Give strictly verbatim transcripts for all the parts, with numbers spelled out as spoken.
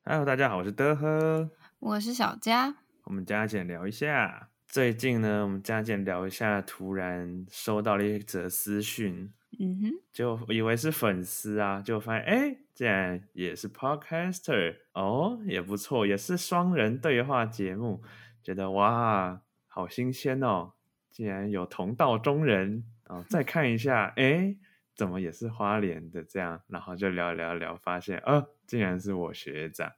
Hello，大家好，我是德呵， 我是小佳。 我们加减聊一下。最近呢，我们加减聊一下，突然收到了一则私讯， 嗯哼， 就以为是粉丝啊，就发现哎，竟然也是 podcaster 哦，也不错，也是双人对话节目，觉得哇，好新鲜哦，竟然有同道中人哦。再看一下，哎，怎么也是花莲的这样，然后就聊聊聊，发现呃，竟然是我学长。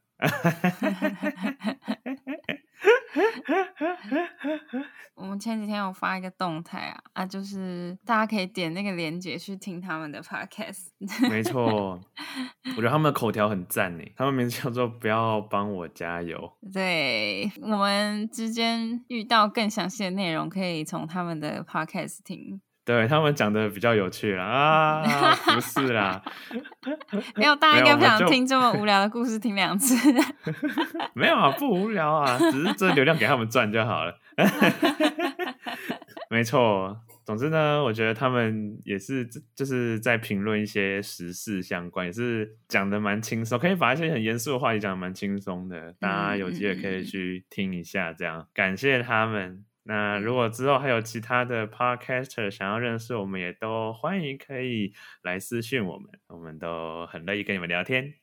我们前几天有发一个动态啊，啊，就是大家可以点那个链接去听他们的 podcast。 没错，我觉得他们的口条很赞呢，他们名字叫做不要帮我加油。 对，我们之间遇到更详细的内容，可以从他们的 podcast 听。 对，他们讲的比较有趣啦啊，不是啦， 没有，大家没有， 应该不我们就想听这么无聊的故事听两次。 没有啊，不无聊啊，只是这流量给他们赚就好了。没错，总之呢，我觉得他们也是就是在评论一些时事相关，也是讲的蛮轻松，可以把一些很严肃的话题讲的蛮轻松的，大家有机会可以去听一下，这样感谢他们。那如果之后还有其他的 podcaster 想要认识我们，也都欢迎可以来私讯我们，我们都很乐意跟你们聊天。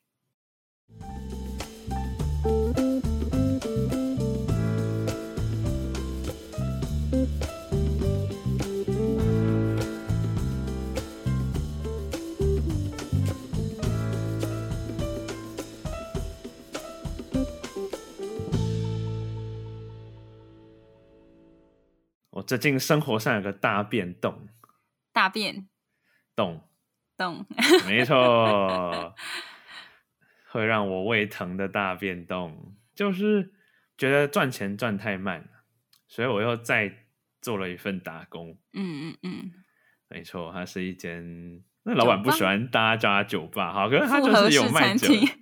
我最近生活上有个大变动， 大便动动， 没错，会让我胃疼的大变动，就是觉得赚钱赚太慢了，所以我又再做了一份打工。 嗯嗯嗯， 没错，它是一间那老板不喜欢大家叫他酒吧，好，可是他复合就是有式卖酒的。 餐厅。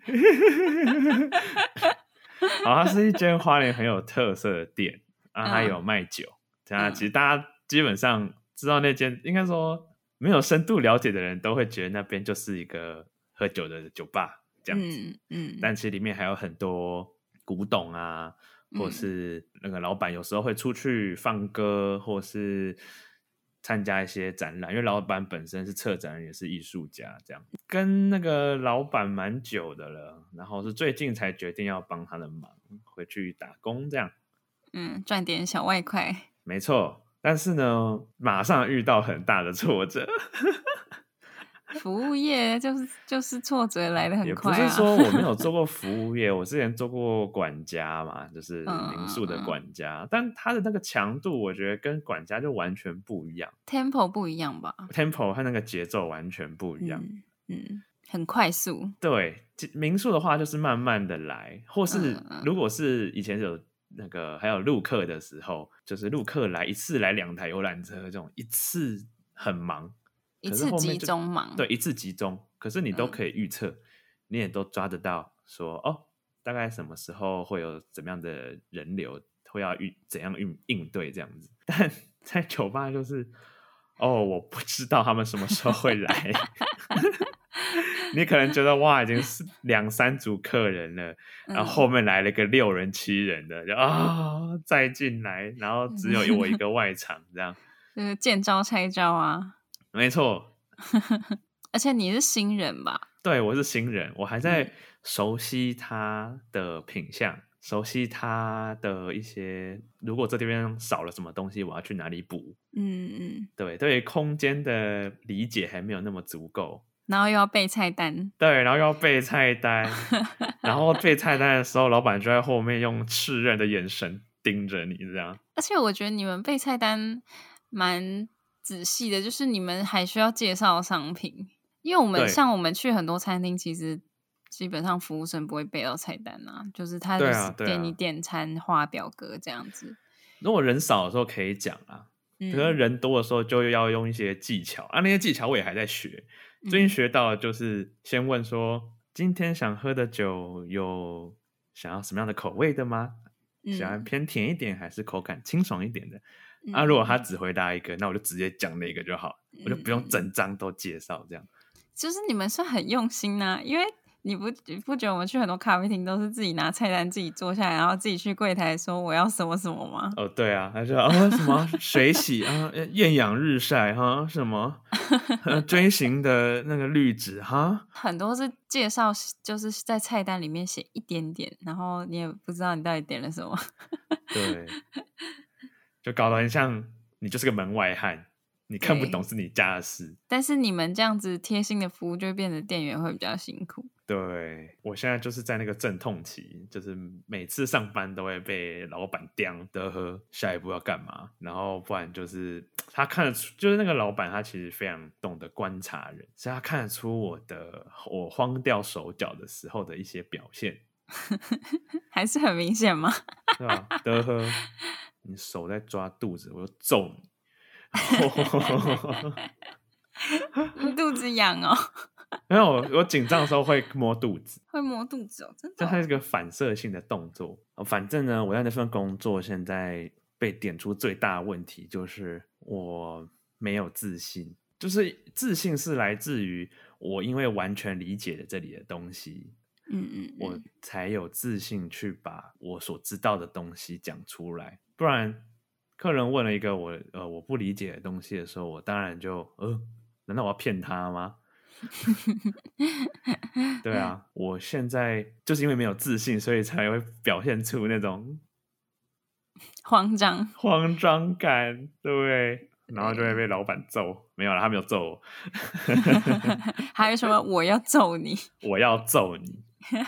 好，它是一间花莲很有特色的店啊，它有嗯卖酒。这样嗯其实大家基本上知道那间，应该说没有深度了解的人都会觉得那边就是一个喝酒的酒吧这样子。 嗯嗯但其实里面还有很多古董啊，或嗯是那个老板有时候会出去放歌，或是参加一些展览，因为老板本身是策展人，也是艺术家，这样跟那个老板蛮久的了，然后是最近才决定要帮他的忙，回去打工这样。 嗯，赚点小外快。 没错，但是呢，马上遇到很大的挫折。 服务业就是就是挫折来的很也不快啊。 是说我没有做过服务业，我之前做过管家嘛，就是嗯民宿的嗯嗯管家，但他的那个强度，我觉得跟管家就完全不一样 tempo 不一样吧？ ，tempo 和那个节奏完全不一样。 嗯嗯，很快速。 对，民宿的话就是慢慢的来，或是嗯嗯如果是以前有那个还有陆客的时候，就是陆客来一次来两台游览车这种，一次很忙，可是一次集后面就中忙。 对，一次集中，可是你都嗯可以预测，你也都抓得到说哦，大概什么时候会有怎么样的人流，会要应怎样应应对这样子。但在酒吧就是哦，我不知道他们什么时候会来。你可能觉得哇，已经是两三组客人了，然后后面来了个六人七人的，就啊再进来，然后只有我一个外场这样。 就是见招拆招啊。 没错， 而且你是新人吧？ 对，我是新人，我还在嗯熟悉他的品相，熟悉他的一些，如果这边少了什么东西，我要去哪里补。 嗯嗯， 对，对于空间的理解还没有那么足够。 然后又要背菜单。 对，然后又要背菜单，然后背菜单的时候，老板就在后面用炽热的眼神盯着你，这样。 而且我觉得你们背菜单蛮仔细的，就是你们还需要介绍商品，因为我们对像我们去很多餐厅，其实基本上服务生不会背到菜单啊，就是他就是对啊，对给你啊。 点餐、画表格这样子。 如果人少的时候可以讲啊，可是嗯人多的时候就要用一些技巧啊，那些技巧我也还在学。最近嗯学到的就是先问说，今天想喝的酒有想要什么样的口味的吗？想要嗯偏甜一点还是口感清爽一点的？ 嗯啊，如果他只回答一个，那我就直接讲那个就好，我就不用嗯整张都介绍这样。 就是你们是很用心啊，因为你不你不觉得我们去很多咖啡厅都是自己拿菜单自己坐下来，然后自己去柜台说我要什么什么吗？ 哦，对啊，他说哦什么水洗啊，艳阳日晒哈，什么锥形的那个滤纸哈， 很多是介绍，就是在菜单里面写一点点，然后你也不知道你到底点了什么。 对，就搞得很像你就是个门外汉，你看不懂是你家的事。 但是你们这样子贴心的服务，就会变得店员会比较辛苦。 对，我现在就是在那个阵痛期，就是每次上班都会被老板刁的呵，下一步要干嘛，然后不然就是他看得出，就是那个老板他其实非常懂得观察人，所以他看得出我的我慌掉手脚的时候的一些表现。 还是很明显吗？ 对吧？德呵，你手在抓肚子，我就揍你。 你肚子痒哦？ 没有，我紧张的时候会摸肚子， 会摸肚子哦，真的、 这哦。 它是一个反射性的动作。反正呢，我在那份工作现在被点出最大的问题就是我没有自信，就是自信是来自于我因为完全理解了这里的东西。 嗯嗯嗯， 我才有自信去把我所知道的东西讲出来，不然客人问了一个我呃我不理解的东西的时候，我当然就呃，难道我要骗他吗？对啊，我现在就是因为没有自信，所以才会表现出那种慌张慌张感，对不对？然后就会被老板揍，没有啦，他没有揍我。 还有什么我要揍你？ 我要揍你。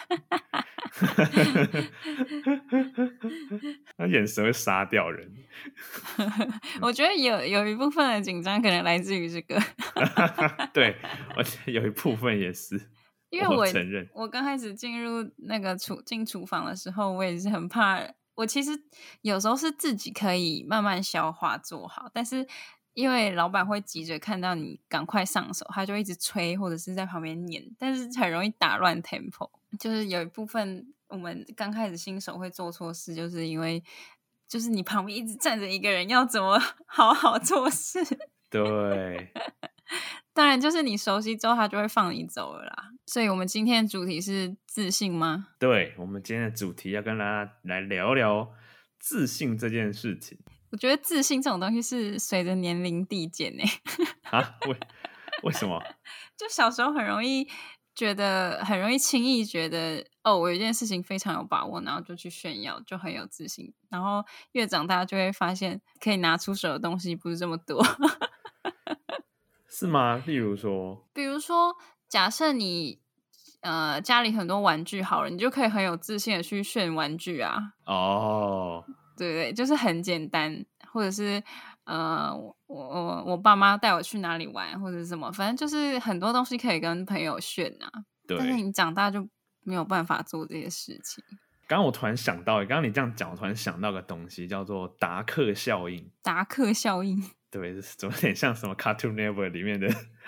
他眼神会杀掉人。 我觉得有有一部分的紧张可能来自于这个。 对，而且有一部分也是， 因为我承认， 我刚开始进入那个厨进厨房的时候，我也是很怕。我其实有时候是自己可以慢慢消化做好，但是因为老板会急着看到你赶快上手，他就一直催或者是在旁边念，但是很容易打乱 tempo。就是有一部分我们刚开始新手会做错事，就是因为就是你旁边一直站着一个人，要怎么好好做事？ 对。 当然，就是你熟悉之后，他就会放你走了啦。所以，我们今天的主题是自信吗？ 对，我们今天的主题要跟大家来聊聊自信这件事情。 我觉得自信这种东西是随着年龄递减诶。 啊？为为什么？ 就小时候很容易觉得，很容易轻易觉得，哦，我有一件事情非常有把握，然后就去炫耀，就很有自信。然后越长大，就会发现可以拿出手的东西不是这么多。 是吗？例如说， 比如说，假设你呃家里很多玩具好了，你就可以很有自信的去炫玩具啊。 哦， 对对，就是很简单，或者是呃，我我我爸妈带我去哪里玩，或者是什么，反正就是很多东西可以跟朋友炫啊。 对。 但是你长大就没有办法做这些事情。 刚刚我突然想到，刚刚你这样讲，我突然想到个东西，叫做达克效应。 达克效应。 对，怎么有点像什么 Cartoon Network 里面的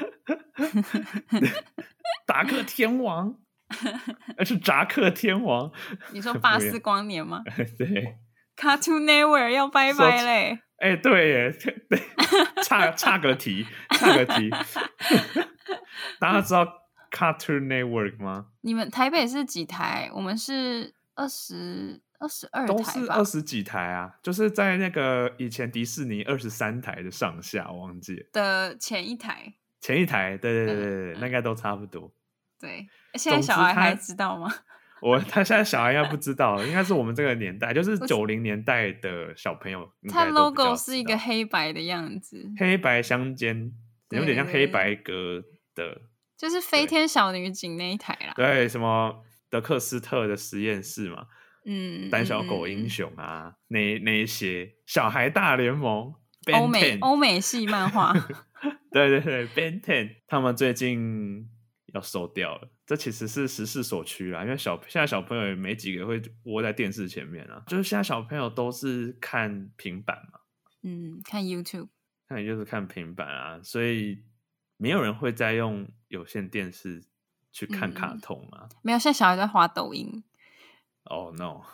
达克天王，而是扎克天王。 你说巴斯光年吗？ 对 ，Cartoon Network 要拜拜嘞！ 哎、欸，对耶，对，差差个题，差个题。大家知道 Cartoon Network 吗？ 你们台北是几台？我们是二十。二十二台吧， 都是二十几台啊，就是在那个以前迪士尼二十三台的上下，我忘记了的前一台， 前一台，对对对对对， 嗯、 那应该都差不多。 对，现在小孩还知道吗？ 我他现在小孩应该不知道，应该是我们这个年代，就是九零年代的小朋友应该都比较知道。 它 logo 是一个黑白的样子， 黑白相间，有点像黑白格的， 就是飞天小女警那一台啦。 对，什么德克斯特的实验室嘛。 嗯， 胆小狗英雄啊，嗯、那那一些小孩大联盟， 欧美欧美系漫画， 对对对 ，Ben Ten 他们最近要收掉了，这其实是时势所趋啦，因为小现在小朋友也没几个会窝在电视前面啊，就是现在小朋友都是看平板嘛， 嗯，看 YouTube， 那也就是看平板啊，所以没有人会再用有线电视去看卡通啊， 嗯、没有，现在小孩在滑抖音。 Oh no！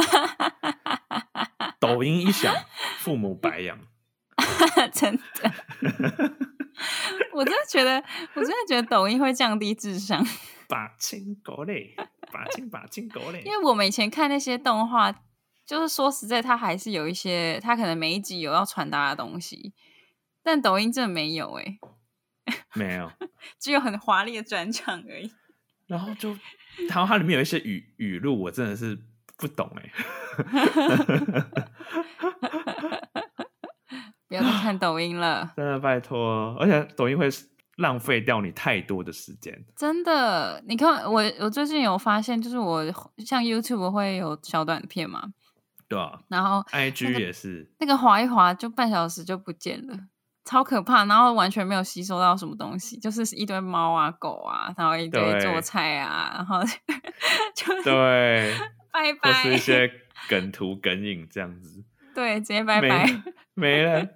抖音一响，父母白养。 真的， 我真的觉得，我真的觉得抖音会降低智商。 把青狗嘞，把青把青狗嘞。 因为我们以前看那些动画，就是说实在，它还是有一些，它可能每一集有要传达的东西，但抖音真的没有哎、 欸，没有， 只有很华丽的转场而已。 然后就，然后它里面有一些语语录，我真的是不懂哎、欸。 不要再看抖音了， 真的拜托，而且抖音会浪费掉你太多的时间。 真的，你看我，我最近有发现，就是我像 YouTube 会有小短片嘛， 对啊， 然后、那個、 I G 也是， 那个滑一滑就半小时就不见了。超可怕，然后完全没有吸收到什么东西，就是一堆猫啊、狗啊，然后一堆做菜啊，然后就对， 拜拜， 或是一些梗图梗影这样子， 对，直接拜拜， 没了。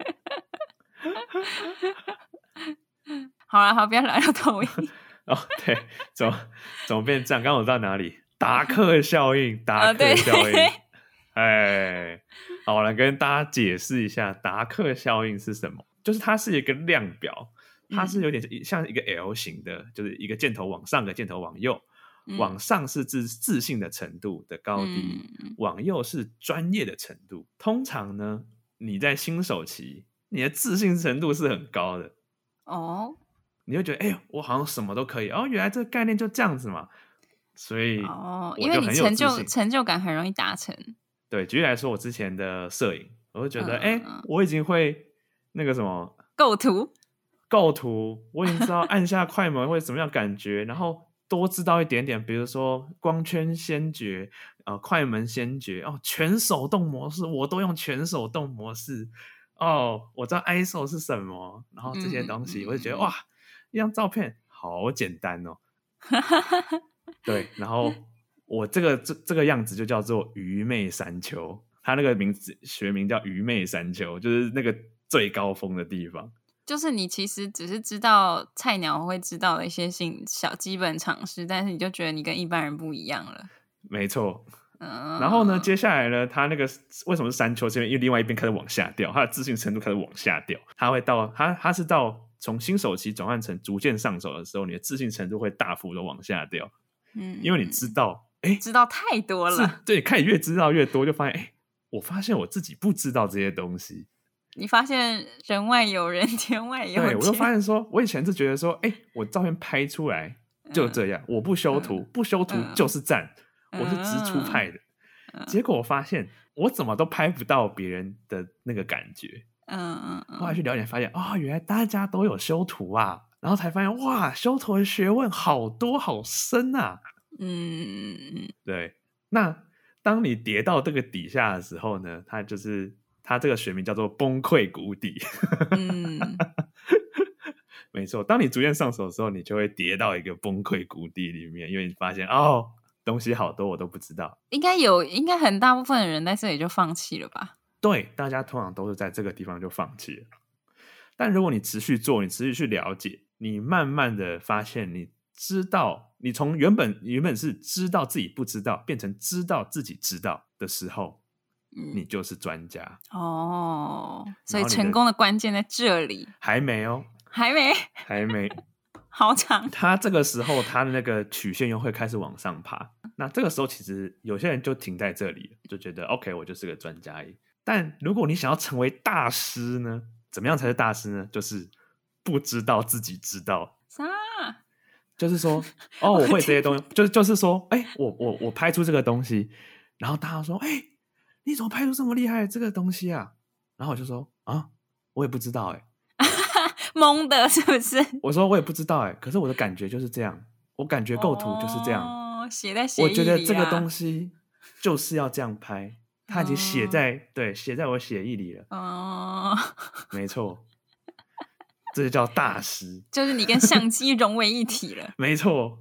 好了，好，不要聊到抖音。 哦，对，怎么怎么变这样？刚刚我到哪里？达克效应，达克效应。哎，好了，跟大家解释一下达克效应是什么。就是它是一个量表，它是有点像一个 L 型的，嗯、就是一个箭头往上，一个箭头往右。嗯、往上是自自信的程度的高低，嗯、往右是专业的程度。通常呢，你在新手期，你的自信程度是很高的哦，你会觉得，哎、欸，我好像什么都可以哦，原来这个概念就这样子嘛。所以哦，因为你成就成就感很容易达成。 对，举例来说，我之前的摄影，我会觉得，哎、嗯欸，我已经会。那个什么构图， 构图，我已经知道按下快门会怎么样感觉，然后多知道一点点，比如说光圈先决，呃，快门先决，哦，全手动模式我都用全手动模式，哦，我知道 I S O 是什么，然后这些东西，嗯、我就觉得哇，一张照片好简单哦，对，然后我这个这这个样子就叫做愚昧山丘，它那个名字学名叫愚昧山丘，就是那个。最高峰的地方， 就是你其实只是知道菜鸟会知道的一些小基本常识，但是你就觉得你跟一般人不一样了。 没错，嗯。然后呢，接下来呢，他那个为什么是山丘？这边因为另外一边开始往下掉，他的自信程度开始往下掉。他会到他他是到从新手期转换成逐渐上手的时候，你的自信程度会大幅的往下掉。嗯，因为你知道，哎， 知道太多了， 对，开始越知道越多，就发现，哎，我发现我自己不知道这些东西。 你发现人外有人，天外有天。 对，我就发现说，我以前是觉得说，哎、欸，我照片拍出来就这样，嗯、我不修图，嗯、不修图就是赞，嗯、我是直出派的。嗯、结果我发现，我怎么都拍不到别人的那个感觉。嗯嗯嗯。后来去了解，发现啊、哦，原来大家都有修图啊，然后才发现哇，修图的学问好多好深啊。嗯嗯。对，那当你跌到这个底下的时候呢，它就是。它这个学名叫做崩溃谷底。嗯，没错。当你逐渐上手的时候，你就会跌到一个崩溃谷底里面，因为你发现哦，东西好多我都不知道。 应该有，应该很大部分的人在这里就放弃了吧？ 对，大家通常都是在这个地方就放弃了。但如果你持续做，你持续去了解，你慢慢的发现，你知道，你从原本原本是知道自己不知道，变成知道自己知道的时候。你就是专家哦，所以成功的关键在这里。 还没哦， 还没， 还没， 好长。 他这个时候，他的那个曲线又会开始往上爬。那这个时候，其实有些人就停在这里，就觉得 OK， 我就是个专家而已。但如果你想要成为大师呢？怎么样才是大师呢？就是不知道自己知道。 啥？ 就是说，哦，我会这些东西，就是就是说，哎、欸，我我我拍出这个东西，然后大家说，哎、欸。你怎么拍出这么厉害的这个东西啊？然后我就说啊，我也不知道哎、 欸，懵的是不是？ 我说我也不知道哎、欸，可是我的感觉就是这样，我感觉构图就是这样， 哦，写在协议里啊。 我觉得这个东西就是要这样拍，它已经写在、哦、对写在我协议里了。哦，没错，这就叫大师， 就是你跟相机融为一体了。 没错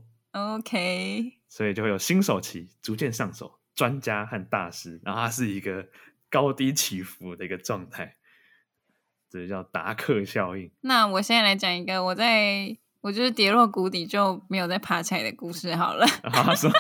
，OK， 所以就会有新手期，逐渐上手。专家和大师，然后它是一个高低起伏的一个状态，这叫达克效应。 那我现在来讲一个我在我就是跌落谷底就没有再爬起来的故事好了。 啊，是吗？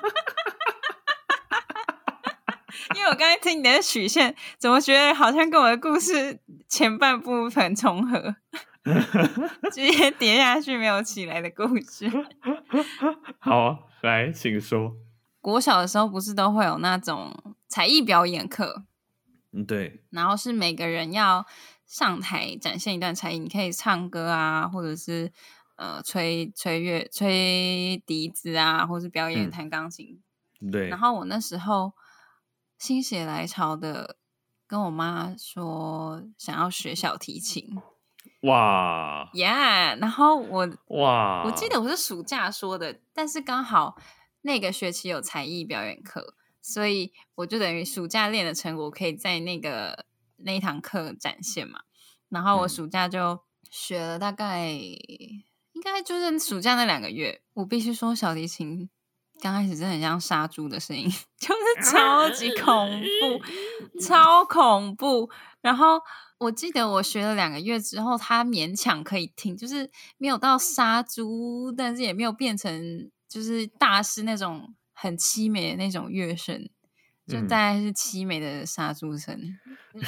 因为我刚才听你的曲线，怎么觉得好像跟我的故事前半部很重合？ 直接跌下去没有起来的故事。 好，来，请说。 国小的时候不是都会有那种才艺表演课？ 嗯，对。 然后是每个人要上台展现一段才艺，你可以唱歌啊，或者是呃吹吹乐、吹笛子啊，或是表演弹钢琴。 嗯、对。 然后我那时候心血来潮的跟我妈说想要学小提琴。 哇 ，Yeah！ 然后我哇， 我记得我是暑假说的，但是刚好那个学期有才艺表演课，所以我就等于暑假练的成果可以在那个那一堂课展现嘛。然后我暑假就学了大概、嗯、应该就是暑假那两个月，我必须说小提琴刚开始真的很像杀猪的声音，就是超级恐怖，超恐怖。然后我记得我学了两个月之后，它勉强可以听，就是没有到杀猪，但是也没有变成就是大师那种很凄美的那种乐声，就大概是凄美的杀猪声，嗯、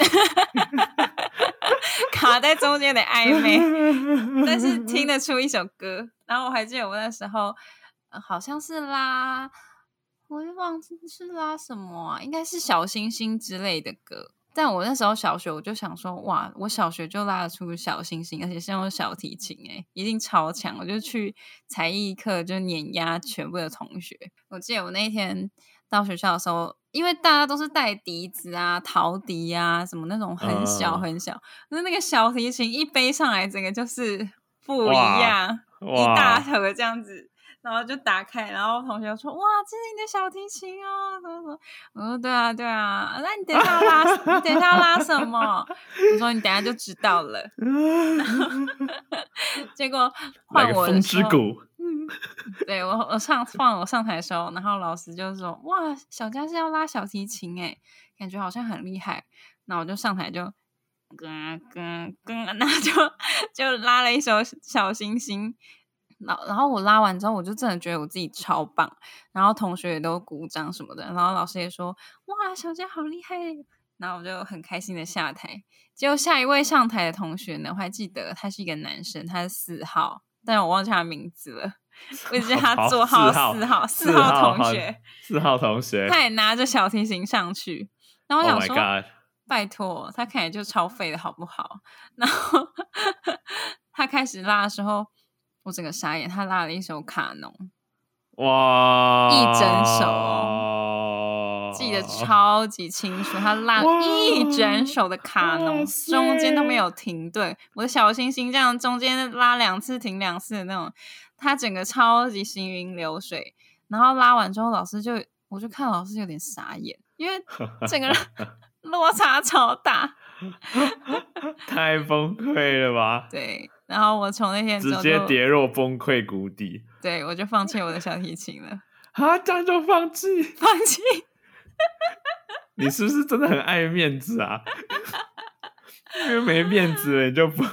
卡在中间有点暧昧，但是听得出一首歌。然后我还记得我那时候、呃、好像是拉，我就忘记是拉什么啊，应该是小星星之类的歌。但我那时候小学我就想说，哇，我小学就拉得出小星星，而且是用小提琴，欸，一定超强。我就去才艺课就碾压全部的同学。我记得我那一天到学校的时候，因为大家都是带笛子啊、陶笛啊什么那种很小很小，那、uh, 那个小提琴一背上来，整个就是不一样，一大盒这样子。然后就打开，然后同学说：“哇，这是你的小提琴哦！”什么什么？我说：“对啊，对啊。”那你等一下要拉，你等一下要拉什么？我说：“你等一下就知道了。”然后结果换我的时候，对我我上换我上台的时候，然后老师就说：“哇，小佳是要拉小提琴哎，感觉好像很厉害。”那我就上台就咯咯咯，然后就就拉了一首小星星。然后我拉完之后，我就真的觉得我自己超棒，然后同学也都鼓掌什么的，然后老师也说：“哇，小佳好厉害！”然后我就很开心的下台。结果下一位上台的同学呢，我还记得他是一个男生，他是四号，但我忘记他名字了。我记得他座号四号，四号同学， 四号同学， 他也拿着小提琴上去。然后我想说， Oh 拜托，他看起来就超废的好不好？然后他开始拉的时候，我整个傻眼，他拉了一首卡农， 哇， 一整首哦，记得超级清楚，他拉一整首的卡农，中间都没有停顿。我的小星星这样中间拉两次停两次的那种，他整个超级行云流水。然后拉完之后，老师就我就看老师有点傻眼，因为整个落差超大， 太崩溃了吧？ 对。然后我从那天直接跌落崩溃谷底， 对，我就放弃我的小提琴了。 啊，这样就放弃？ 放弃？ 你是不是真的很爱面子啊？因为没面子了，你就不……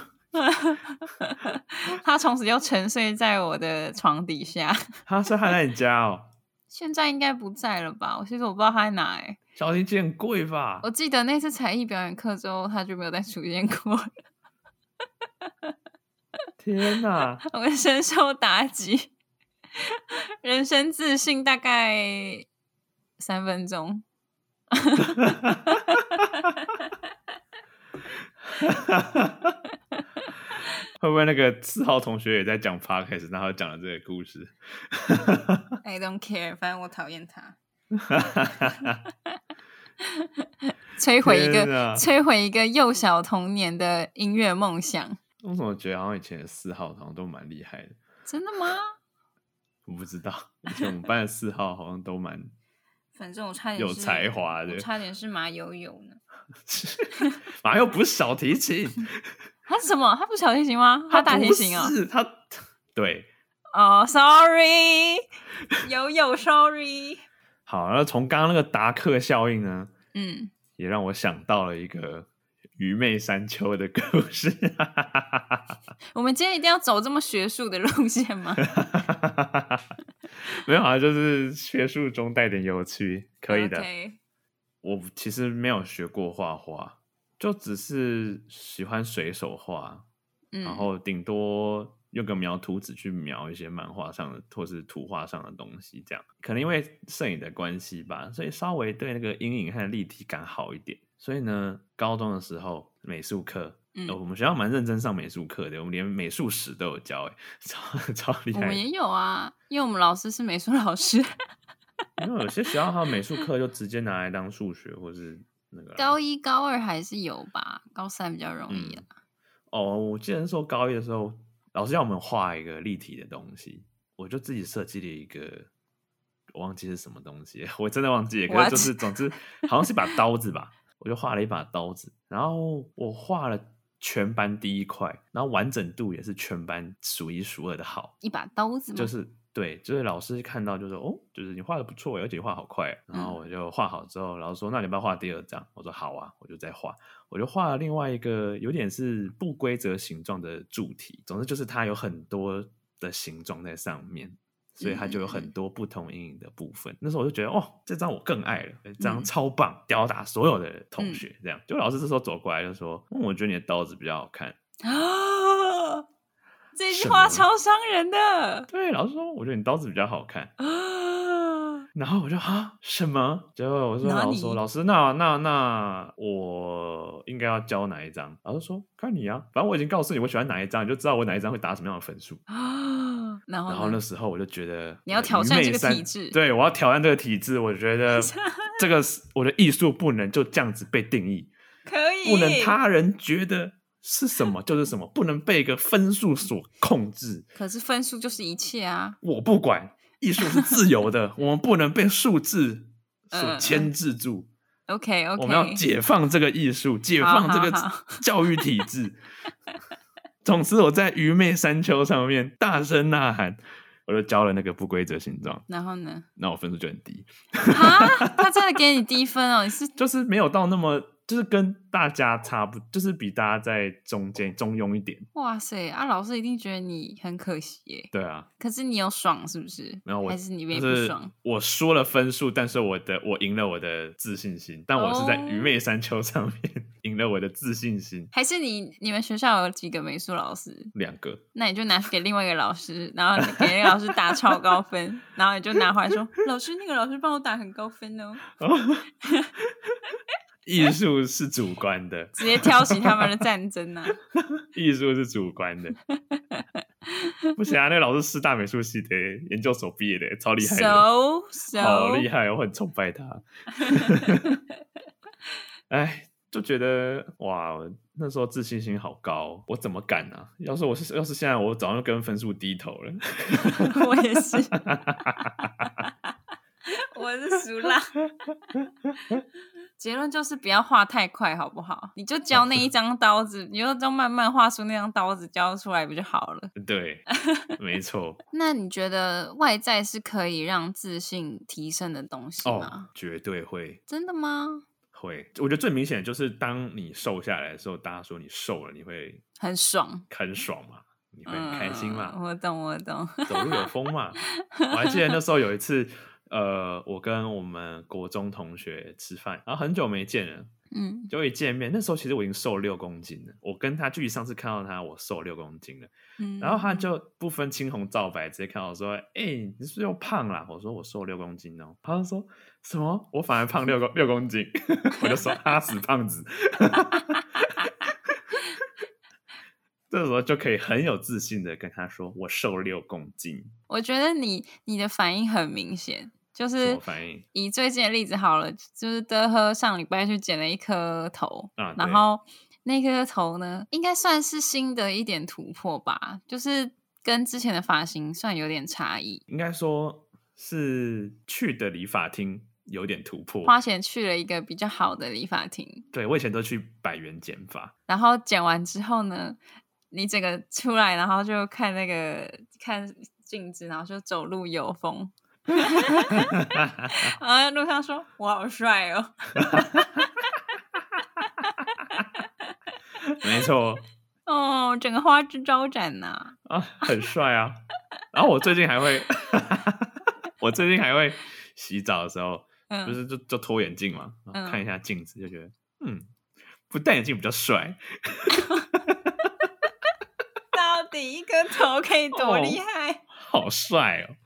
他从此就沉睡在我的床底下。 他说他在你家哦？ 现在应该不在了吧？我其实我不知道他在哪。欸， 小提琴很贵吧？ 我记得那次才艺表演课之后，他就没有再出现过了。 天哪！ 我深受打击，人生自信大概三分钟。 会不会那个四号同学也在讲 podcast， 然后讲了这个故事 ？I don't care， 反正我讨厌他。摧毁一个摧毁一个幼小童年的音乐梦想。 我怎么觉得好像以前的四号好像都蛮厉害的？ 真的吗？ 我不知道，以前我们班的四号好像都蛮…… 反正我差点有才华的， 我差点是马友友呢。 马友不是小提琴， 他是什么？他不是小提琴吗？他大提琴哦。 是他对哦、oh, ，sorry， 友友 sorry。 好，然后从刚刚那个达克效应呢， 嗯， 也让我想到了一个愚昧山丘的故事。 我们今天一定要走这么学术的路线吗？ 没有啊，就是学术中带点有趣，可以的。 Okay. 我其实没有学过画画，就只是喜欢随手画。 嗯， 然后顶多用个描图纸去描一些漫画上的或是图画上的东西，这样可能因为摄影的关系吧，所以稍微对那个阴影和立体感好一点。所以呢，高中的时候美术课， 嗯呃我们学校蛮认真上美术课的，我们连美术史都有教，哎，超超厉害的。 我们也有啊，因为我们老师是美术老师。 因为有些学校还有美术课就直接拿来当数学或是那个啦高一高二还是有吧，高三比较容易啦。 嗯哦，我记得说高一的时候，老师要我们画一个立体的东西，我就自己设计了一个，我忘记是什么东西，我真的忘记了。可是 What？ 就是总之好像是一把刀子吧，我就画了一把刀子，然后我画了全班第一块，然后完整度也是全班数一数二的好， 一把刀子吗？ 就是对，就是老师看到就说哦，就是你画的不错，而且画好快。然后我就画好之后，老师说那你要不要画第二张？我说好啊，我就再画。我就画了另外一个有点是不规则形状的柱体，总之就是它有很多的形状在上面，所以它就有很多不同阴影的部分。那时候我就觉得哦，这张我更爱了，这张超棒，吊打所有的同学。这样，就老师这时候走过来就说，嗯，我觉得你的刀子比较好看。 啊，这句话超伤人的。 对，老师说我觉得你刀子比较好看。然后我就啊什么？结果我说老师说老师那那那我应该要交哪一张？老师说看你啊，反正我已经告诉你我喜欢哪一张，你就知道我哪一张会打什么样的分数啊。然后然后那时候我就觉得你要挑战这个体制， 对我要挑战这个体制，我觉得这个我的艺术不能就这样子被定义， 可以不能他人觉得是什么就是什么，不能被一个分数所控制。 可是分数就是一切啊！ 我不管，艺术是自由的，我们不能被数字所牵制住。 嗯、OK OK， 我们要解放这个艺术，解放这个教育体制。总之，我在愚昧山丘上面大声呐喊，我就教了那个不规则形状。 然后呢？ 那我分数就很低。 啊，他真的给你低分哦？你是就是没有到那么。就是跟大家差不，就是比大家在中间中庸一点。 哇塞，啊，老师一定觉得你很可惜耶。 对啊， 可是你有爽是不是？ 没有，我还是你没不爽？ 我说了分数，但是我的我赢了我的自信心，但我是在愚昧山丘上面赢了我的自信心。 还是你你们学校有几个美术老师？ 两个。 那你就拿去给另外一个老师，然后给那个老师打超高分，然后你就拿回来说，老师那个老师帮我打很高分哦。 艺术是主观的， 直接挑起他们的战争啊！ 艺术是主观的，不行啊！那个老师师大美术系的研究所毕业的，超厉害的 so, so. 好厉害，我很崇拜他。哎，就觉得哇，那时候自信心好高，我怎么敢啊？要是我是，要是现在我早就跟分数低头了。 我也是，我是熟啦。结论就是不要画太快，好不好？你就教那一张刀子，你就就慢慢画出那张刀子，教出来不就好了？ 对，没错。 那你觉得外在是可以让自信提升的东西吗？ 哦，绝对会。 真的吗？ 会，我觉得最明显的就是当你瘦下来的时候，大家说你瘦了，你会很爽， 很爽嘛，你会很开心嘛。 嗯、我懂，我懂， 走路有风嘛。我还记得那时候有一次。呃，我跟我们国中同学吃饭，然后很久没见了， 嗯， 就一见面，那时候其实我已经瘦六公斤了。我跟他距离上次看到他，我瘦六公斤了，嗯，然后他就不分青红皂白，直接看到我说：“哎、欸，你是不是又胖啦？”我说：“我瘦六公斤哦。”他就说：“什么？我反而胖六公六公斤？”我就说：“他死胖子。”这时候就可以很有自信的跟他说：“我瘦六公斤。” 我觉得你你的反应很明显。就是以最近的例子好了，就是德和上礼拜去剪了一颗头， 啊、 然后那颗头呢，应该算是新的一点突破吧，就是跟之前的发型算有点差异。 应该说是去的理发厅有点突破， 花钱去了一个比较好的理发厅。 对，我以前都去百元剪发， 然后剪完之后呢，你整个出来，然后就看那个看镜子，然后就走路有风。然后在路上说我好帅哦。 没错哦，整个花枝招展呐、 啊！啊，很帅啊！然后我最近还会我最近还会洗澡的时候，嗯、不是就就脱眼镜嘛，然后看一下镜子，就觉得嗯，不戴眼镜比较帅。 底一颗头可以多厉害？哦、 好帅哦！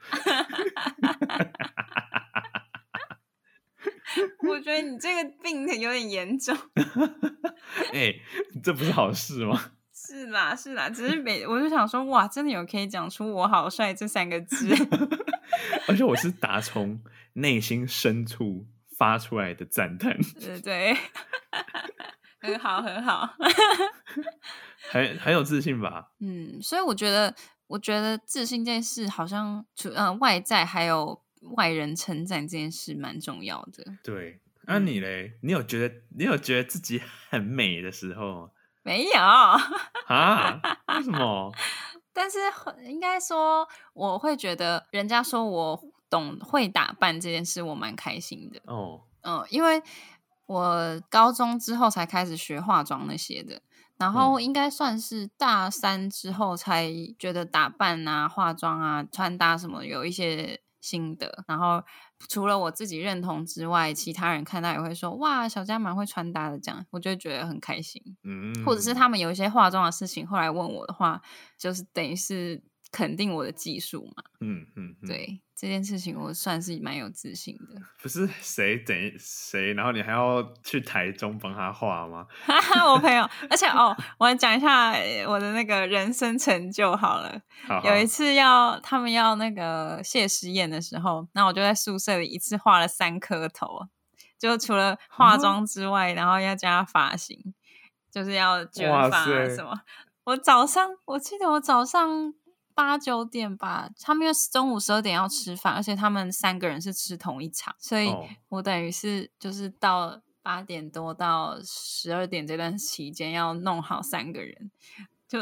我觉得你这个病有点严重。 哎、欸，这不是好事吗？ 是啦是啦，只是每我就想说，哇，真的有可以讲出我好帅这三个字。 而且我是打从内心深处发出来的赞叹。 对对，很好很好。 很很有自信吧？ 嗯，所以我觉得我觉得自信这件事好像除呃外在还有外人称赞这件事蛮重要的。 对，那、啊、你嘞？你有觉得你有觉得自己很美的时候吗？ 没有啊？为什么？ 但是应该说，我会觉得人家说我懂会打扮这件事，我蛮开心的。 哦， 嗯，因为我高中之后才开始学化妆那些的。然后应该算是大三之后才觉得打扮啊、化妆啊、穿搭什么有一些心得。然后除了我自己认同之外，其他人看到也会说：“哇，小佳蛮会穿搭的。”这样我就觉得很开心。 嗯， 或者是他们有一些化妆的事情，后来问我的话，就是等于是肯定我的技术嘛。 嗯嗯嗯， 对。这件事情我算是蛮有自信的。 不是谁等谁，然后你还要去台中帮他画吗？ 我朋友，而且哦，我讲一下我的那个人生成就好了。 好好， 有一次要他们要那个谢师宴的时候，那我就在宿舍里一次画了三颗头，就除了化妆之外，然后要加发型，就是要卷发什么。我早上我记得我早上八九点吧，他们因为中午十二点要吃饭，而且他们三个人是吃同一场，所以我等于是就是到八点多到十二点这段期间要弄好三个人，就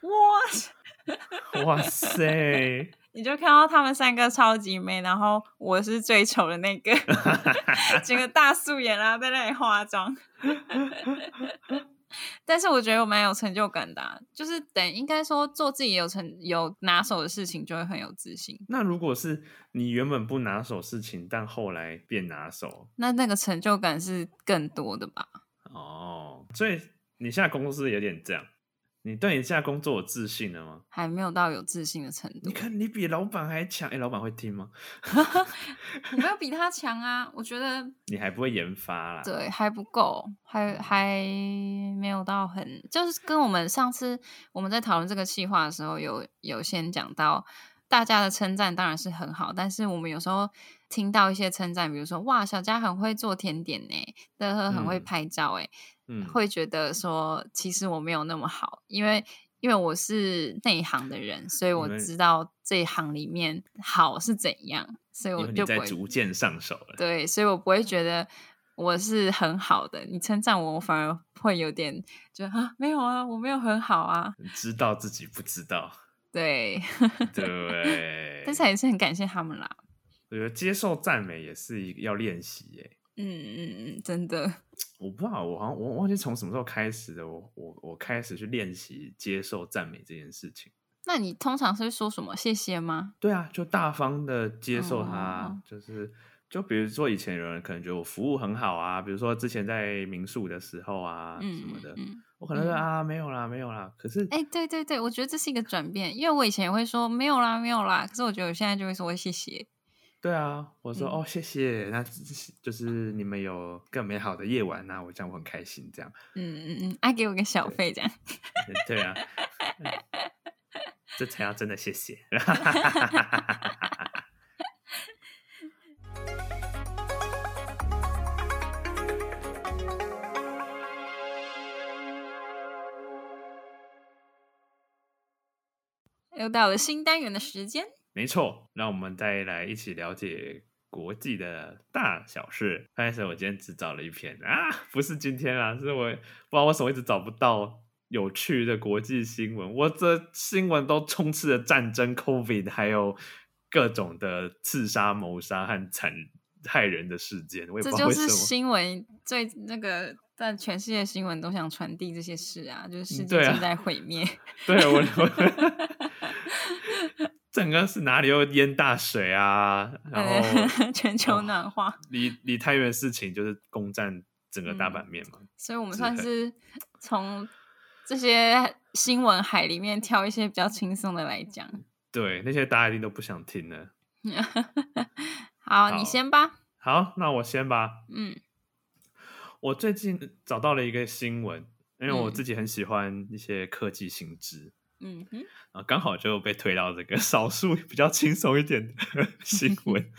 哇哇塞！ 你就看到他们三个超级美，然后我是最丑的那个，整个大素颜啊，在那里化妆。但是我觉得我蛮有成就感的、啊，就是等应该说做自己有成有拿手的事情，就会很有自信。 那如果是你原本不拿手事情，但后来变拿手， 那那个成就感是更多的吧？ 哦，所以你现在公司有点这样。你对你现在工作有自信了吗？ 还没有到有自信的程度。 你看你比老板还强，哎、欸，老板会听吗？ 我没有比他强啊，我觉得你还不会研发啦。 对，还不够，还还没有到很，就是跟我们上次我们在讨论这个企划的时候有，有有先讲到，大家的称赞当然是很好，但是我们有时候听到一些称赞，比如说哇，小佳很会做甜点呢，德和很会拍照哎。嗯，会觉得说其实我没有那么好，因为因为我是内行的人，所以我知道这一行里面好是怎样，所以我就不会， 因为你在逐渐上手了。 对，所以我不会觉得我是很好的，你称赞我，我反而会有点觉得啊，没有啊，我没有很好啊， 知道自己不知道。 对对， 但是还是很感谢他们啦。 我觉得接受赞美也是一个要练习耶。 嗯嗯嗯，真的。 我不知道，我好像我忘记从什么时候开始的，我我我开始去练习接受赞美这件事情。 那你通常是说什么？谢谢吗？ 对啊，就大方的接受它， 哦、 就是就比如说以前有人可能觉得我服务很好啊，比如说之前在民宿的时候啊、嗯、什么的，嗯、我可能说、嗯、啊没有啦没有啦，可是哎、欸、对对对，我觉得这是一个转变，因为我以前也会说没有啦没有啦，可是我觉得我现在就会说谢谢。 对啊，我说、嗯、哦谢谢，那就是你们有更美好的夜晚，那我这样我很开心，这样。 嗯嗯嗯，爱、啊、给我个小费这样。 对, 对啊、嗯，这才要真的谢谢。 又到了新单元的时间。 没错，让我们再来一起了解国际的大小事。开始，我今天只找了一篇啊，不是今天啊，是我不知道为什么一直找不到有趣的国际新闻。我这新闻都充斥着战争、COVID， 还有各种的刺杀、谋杀和惨害人的事件。我也不知道为什么。 这就是新闻最那个，在全世界新闻都想传递这些事啊，就是世界正在毁灭。 对啊，对我我。整个是哪里又淹大水啊，然后全球暖化、哦、 离离太远的事情就是攻占整个大版面嘛、 嗯、所以我们算是从这些新闻海里面挑一些比较轻松的来讲。 对，那些大家一定都不想听了。 好， 好你先吧。 好，那我先吧。 嗯， 我最近找到了一个新闻，因为我嗯自己很喜欢一些科技新知， 嗯哼， 啊，刚好就被推到这个少数比较轻松一点的新闻，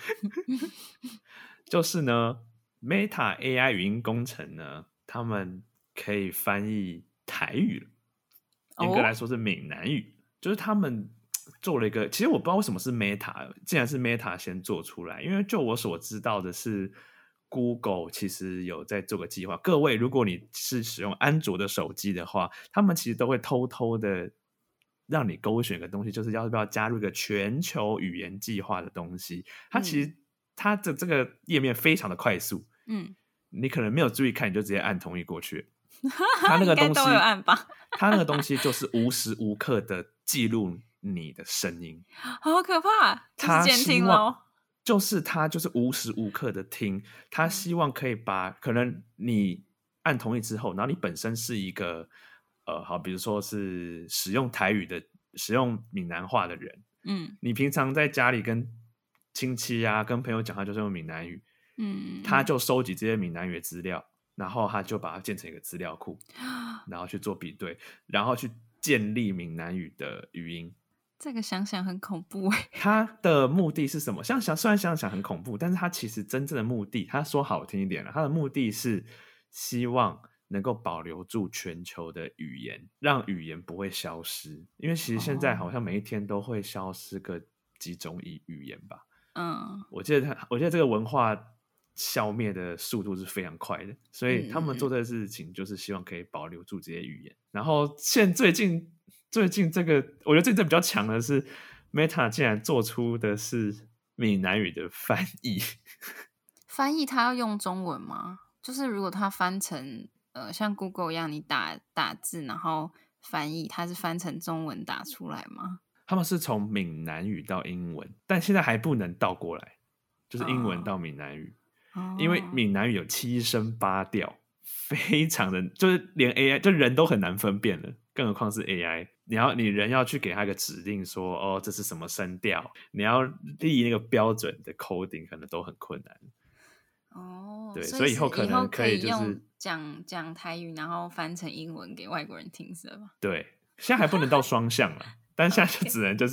就是呢，Meta A I 语音工程呢，他们可以翻译台语了，严格来说是闽南语，哦、就是他们做了一个，其实我不知道为什么是 Meta， 竟然是 Meta 先做出来，因为就我所知道的是。Google 其实有在做个计划，各位，如果你是使用安卓的手机的话，他们其实都会偷偷的让你勾选个东西，就是要不要加入一个全球语言计划的东西。它其实、嗯、它的这个页面非常的快速，嗯，你可能没有注意看，你就直接按同意过去。它那个东西都有按吧？ 它那个东西就是无时无刻的记录你的声音， 好可怕！它监听咯。 就是他就是无时无刻的听，他希望可以把可能你按同意之后，然后你本身是一个呃好，比如说是使用台语的、使用闽南话的人，嗯，你平常在家里跟亲戚啊、跟朋友讲话就是用闽南语，嗯，他就收集这些闽南语的资料，然后他就把它建成一个资料库，然后去做比对，然后去建立闽南语的语音。 这个想想很恐怖欸。 他的目的是什么？想想虽然想想很恐怖，但是他其实真正的目的，他说好听一点了，他的目的是希望能够保留住全球的语言，让语言不会消失。因为其实现在好像每一天都会消失个几种语言吧。嗯，我记得他，我记得这个文化消灭的速度是非常快的，所以他们做这个事情就是希望可以保留住这些语言。然后现最近。最近这个，我觉得最近比较强的是 ，Meta 竟然做出的是闽南语的翻译。 翻译它要用中文吗？就是如果它翻成呃像 Google 一样，你打打字然后翻译，它是翻成中文打出来吗？ 他们是从闽南语到英文，但现在还不能倒过来，就是英文到闽南语，哦、因为闽南语有七声八调，非常的就是连 A I 就人都很难分辨了，更何况是 A I。你要你人要去给他一个指令说，哦，这是什么声调，你要立那个标准的 coding 可能都很困难。 哦， 对，所以以后可能可以就是讲讲台语，然后翻成英文给外国人听，是吧？ 对，现在还不能到双向了，但现在就只能就是，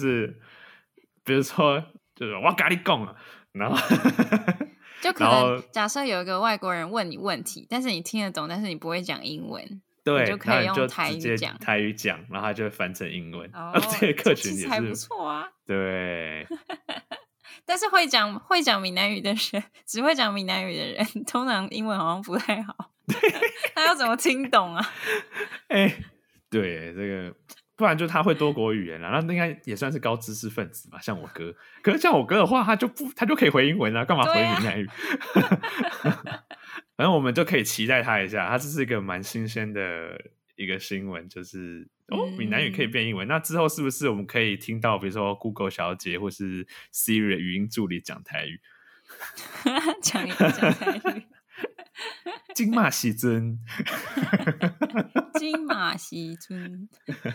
比如说就是我跟你讲啊，然后就可能假设有一个外国人问你问题，但是你听得懂，但是你不会讲英文。 对， 你就可以用台语讲，台语讲，然后他就会翻成英文。 哦， 这个客群也是还不错啊。 对，但是会讲会讲闽南语的人，只会讲闽南语的人，通常英文好像不太好。他要怎么听懂啊？ 哎、欸，对，这个不然就他会多国语言啦，那应该也算是高知识分子吧，像我哥。可是像我哥的话，他就不，他就可以回英文啊，干嘛回闽南语？反正我们就可以期待他一下，他这是一个蛮新鲜的一个新闻，就是哦，闽南语可以变英文。嗯、那之后是不是我们可以听到，比如说 Google 小姐或是 Siri 语音助理讲台语？ 讲讲台语， 金马喜尊， 金马喜尊。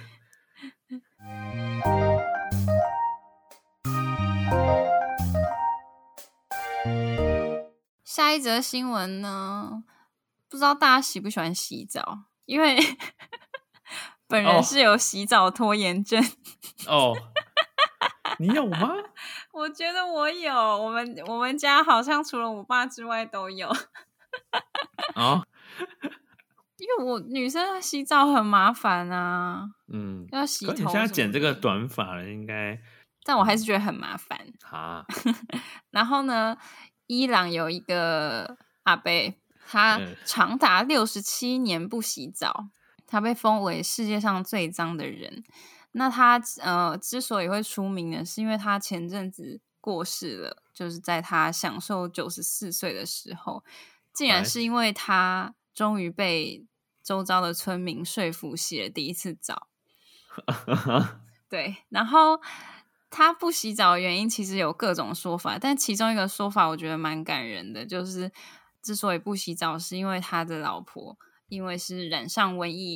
下一则新闻呢，不知道大家喜不喜欢洗澡，因为本人是有洗澡拖延症。 哦，你有吗？ 我觉得我有，我们我们家好像除了我爸之外都有。 哦， 因为我女生洗澡很麻烦啊，嗯，要洗头。 可你现在剪这个短发了，应该， 但我还是觉得很麻烦。 啊， 然后呢？伊朗有一个阿伯，他长达六十七年不洗澡，他被封为世界上最脏的人。那他呃之所以会出名呢，是因为他前阵子过世了，就是在他享受九十四岁的时候，竟然是因为他终于被周遭的村民说服洗了第一次澡。对，然后。他不洗澡的原因其实有各种说法，但其中一个说法我觉得蛮感人的，就是之所以不洗澡是因为他的老婆因为是染上瘟疫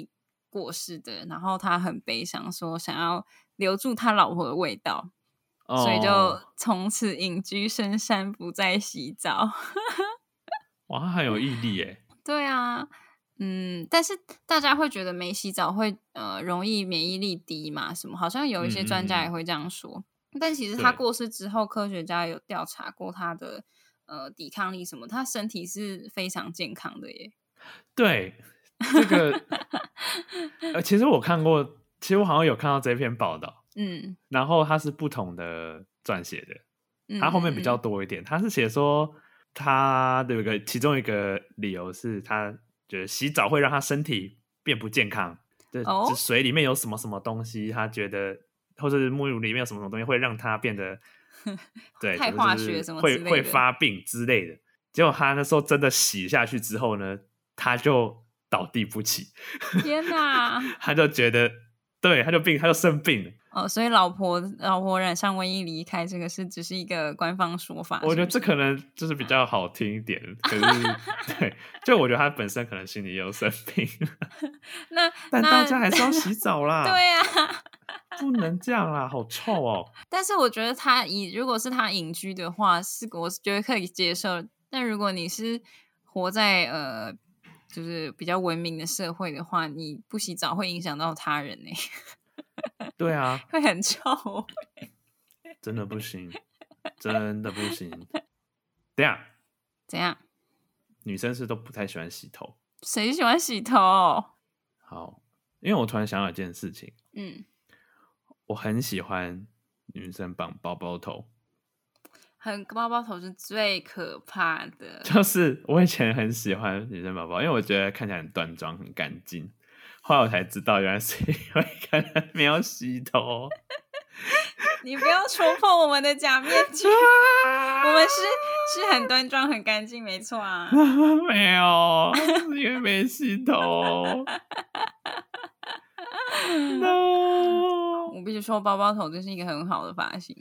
过世的，然后他很悲伤，说想要留住他老婆的味道，哦、所以就从此隐居深山，不再洗澡。 哇，他很有毅力耶。 对啊，嗯，但是大家会觉得没洗澡会呃容易免疫力低嘛？什么？好像有一些专家也会这样说。嗯嗯嗯，但其实他过世之后，科学家有调查过他的呃抵抗力什么，他身体是非常健康的耶。 对，这个呃，其实我看过，其实我好像有看到这篇报道，嗯，然后它是不同的撰写的，它后面比较多一点，他是写说他的有个其中一个理由是他觉得洗澡会让他身体变不健康，对，哦，水里面有什么什么东西，他觉得或者是沐浴里面有什么什么东西会让他变得对太化学什么会会发病之类的。结果他那时候真的洗下去之后呢，他就倒地不起。 天哪！ 他就觉得，对，他就病，他就生病了。 哦，所以老婆老婆染上瘟疫离开，这个是只是一个官方说法。 我觉得这可能就是比较好听一点，可是对，就我觉得他本身可能心里也有生病。 那但大家还是要洗澡啦。 对啊， 不能这样啦，好臭哦。 但是我觉得他以如果是他隐居的话，是我觉得可以接受。但如果你是活在呃。就是比较文明的社会的话，你不洗澡会影响到他人呢、欸。 对啊， 会很臭、欸， 真的不行，真的不行。等一下， 怎样？ 女生是都不太喜欢洗头， 谁喜欢洗头？ 好，因为我突然想到一件事情，嗯，我很喜欢女生绑包包头。 很包包头是最可怕的， 就是我以前很喜欢女生包包，因为我觉得看起来很端庄、很干净。后来我才知道，原来是因为可能没有洗头。 你不要戳破我们的假面具，我们是是很端庄、很干净，没错啊。 没有，是因为没洗头。No， 我必须说，包包头真是一个很好的发型。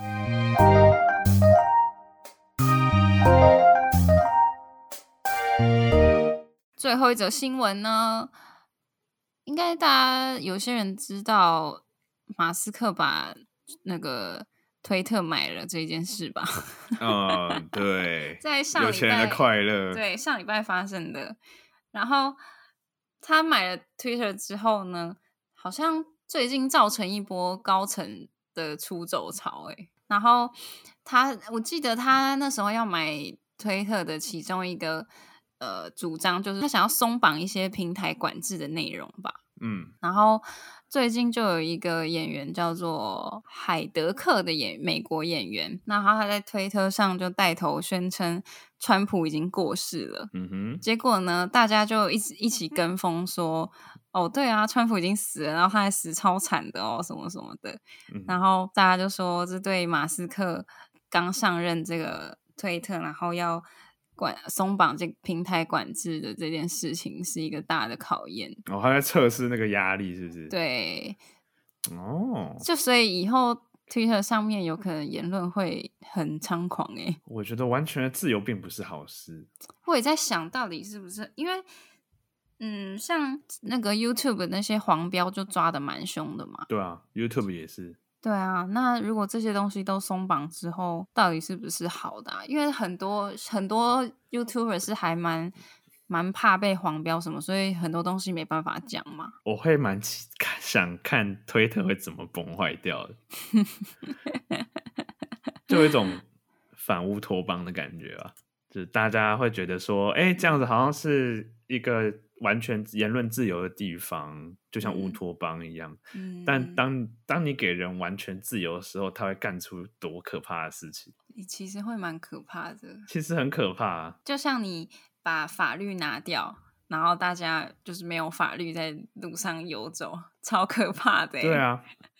最后一则新闻呢，应该大家有些人知道马斯克把那个推特买了这件事吧？ 嗯，对， 在上礼拜有钱人的快乐， 对，上礼拜发生的。然后他买了 Twitter 之后呢，好像最近造成一波高层的出走潮，哎，然后他，我记得他那时候要买推特的其中一个。呃，主张就是他想要松绑一些平台管制的内容吧。嗯，然后最近就有一个演员叫做海德克的演美国演员，那他在推特上就带头宣称川普已经过世了。嗯哼，结果呢，大家就一起一起跟风说，哦，对啊，川普已经死了，然后他还死超惨的哦，什么什么的。嗯、然后大家就说，这对马斯克刚上任这个推特，然后要。管松绑这个平台管制的这件事情是一个大的考验哦，他在测试那个压力是不是？ 对，哦，就所以以后 Twitter 上面有可能言论会很猖狂哎、欸。 我觉得完全的自由并不是好事。 我也在想到底是不是因为，嗯，像那个 YouTube 那些黄标就抓得蛮凶的嘛。 对啊 ，YouTube 也是。 对啊，那如果这些东西都松绑之后，到底是不是好的、啊？因为很多很多 YouTuber 是还蛮蛮怕被黄标什么，所以很多东西没办法讲嘛。 我会蛮想看推特会怎么崩坏掉的，就有一种反乌托邦的感觉吧。就是大家会觉得说，哎、欸，这样子好像是一个完全言论自由的地方，就像乌托邦一样。嗯、但当当你给人完全自由的时候，他会干出多可怕的事情？ 其实会蛮可怕的。 其实很可怕、啊。 就像你把法律拿掉，然后大家就是没有法律在路上游走，超可怕的、欸。 对啊。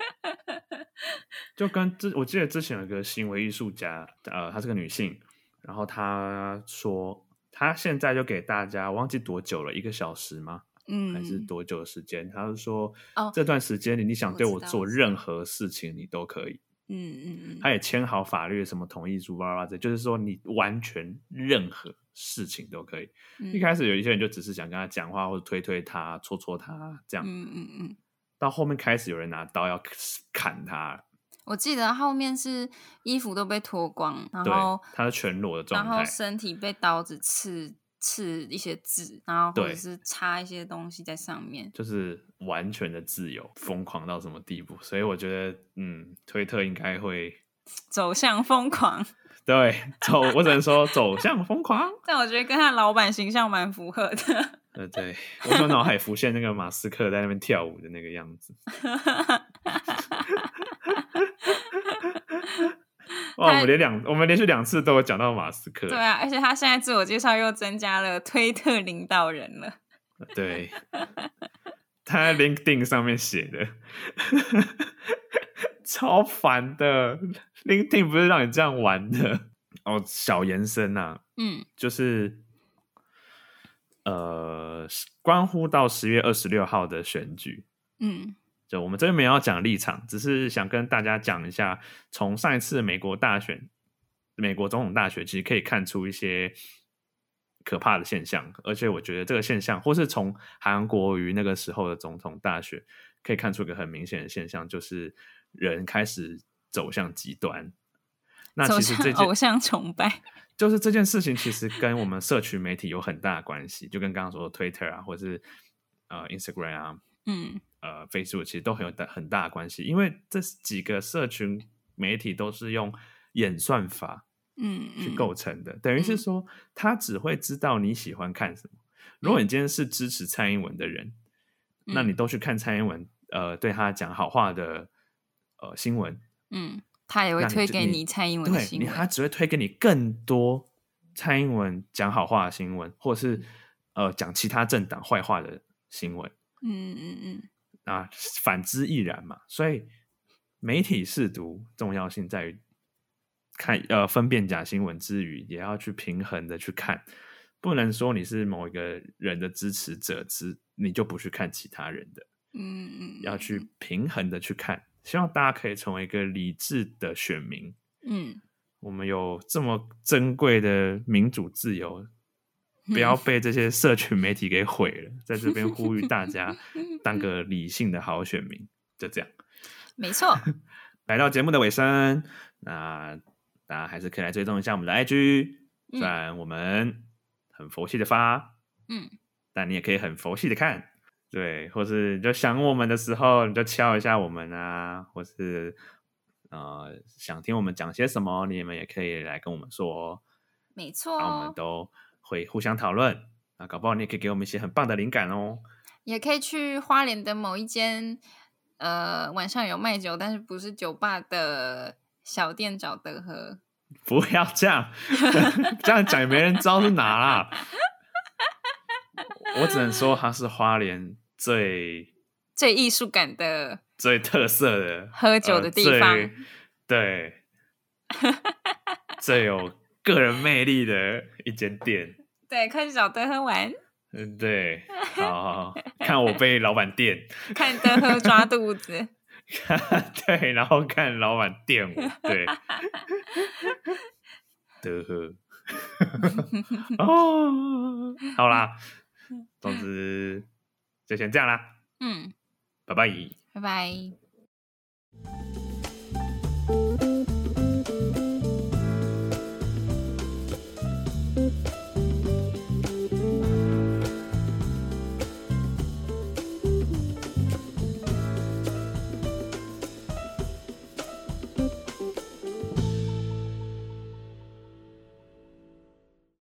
就跟之我记得之前有一个行为艺术家，呃，她是个女性。然后他说，他现在就给大家，忘记多久了，一个小时吗？嗯，还是多久的时间？他就说，哦，这段时间里，你想对我做任何事情，你都可以。嗯嗯嗯。他也签好法律什么同意书，叭叭叭，就是说你完全任何事情都可以。 嗯、 一开始有一些人就只是想跟他讲话，或者推推他、戳戳他这样。 嗯嗯嗯。 到后面开始有人拿刀要砍他。 我记得后面是衣服都被脱光，然后他是全裸的状态， 然后身体被刀子刺刺一些字，然后或者是插一些东西在上面， 就是完全的自由，疯狂到什么地步？所以我觉得，嗯，推特应该会走向疯狂。 对，走，我只能说走向疯狂。 但我觉得跟他老板形象蛮符合的。 呃，对，我说脑海浮现那个马斯克在那边跳舞的那个样子。哇，我们连两我们连续两次都有讲到马斯克。 对啊，而且他现在自我介绍又增加了推特领导人了。 对，他在 LinkedIn 上面写的，超烦的。LinkedIn 不是让你这样玩的哦。小延伸啊， 嗯， 就是呃，关乎到十月二十六号的选举， 嗯。 就我们这边没有要讲立场，只是想跟大家讲一下，从上一次美国大选、美国总统大选，其实可以看出一些可怕的现象，而且我觉得这个现象，或是从韩国瑜那个时候的总统大选，可以看出一个很明显的现象，就是人开始走向极端。那其实这走向偶像崇拜， 就是这件事情其实跟我们社群媒体有很大的关系，就跟刚刚说的 Twitter 啊，或是呃 Instagram 啊， 嗯。 呃 Facebook 其实都很有大很大的关系，因为这几个社群媒体都是用演算法嗯去构成的，嗯、等于是说他只会知道你喜欢看什么。如果你今天是支持蔡英文的人，嗯、那你都去看蔡英文呃对他讲好话的呃新闻， 嗯，他也会推给你蔡英文的新闻， 对，他只会推给你更多蔡英文讲好话的新闻，或是呃讲其他政党坏话的新闻。 嗯嗯嗯。 啊，反之亦然嘛。所以媒体识读重要性在于看呃分辨假新闻之余，也要去平衡的去看，不能说你是某一个人的支持者之你就不去看其他人的。 嗯嗯， 要去平衡的去看。希望大家可以成为一个理智的选民。 嗯， 我们有这么珍贵的民主自由，不要被这些社群媒体给毁了。在这边呼吁大家当个理性的好选民，就这样。 没错。 来到节目的尾声，那大家还是可以来追踪一下我们的 I G， 虽然我们很佛系的发， 嗯， 但你也可以很佛系的看，对，或是你就想我们的时候，你就敲一下我们啊，或是呃想听我们讲些什么，你们也可以来跟我们说， 没错， 然后我们都会互相讨论，那搞不好你也可以给我们一些很棒的灵感哦。 也可以去花莲的某一间呃晚上有卖酒但是不是酒吧的小店找德和。 不要这样，这样讲也没人知道是哪啦。我只能说它是花莲最最艺术感的、 最特色的喝酒的地方，呃、 对，最有个人魅力的一间店。 对，快去找德和玩。 嗯，对，好好好，看我被老板电， 看德和抓肚子， 对，然后看老板电我，对，德和，哦，好啦，总之就先这样啦， 嗯， 拜拜， 拜拜。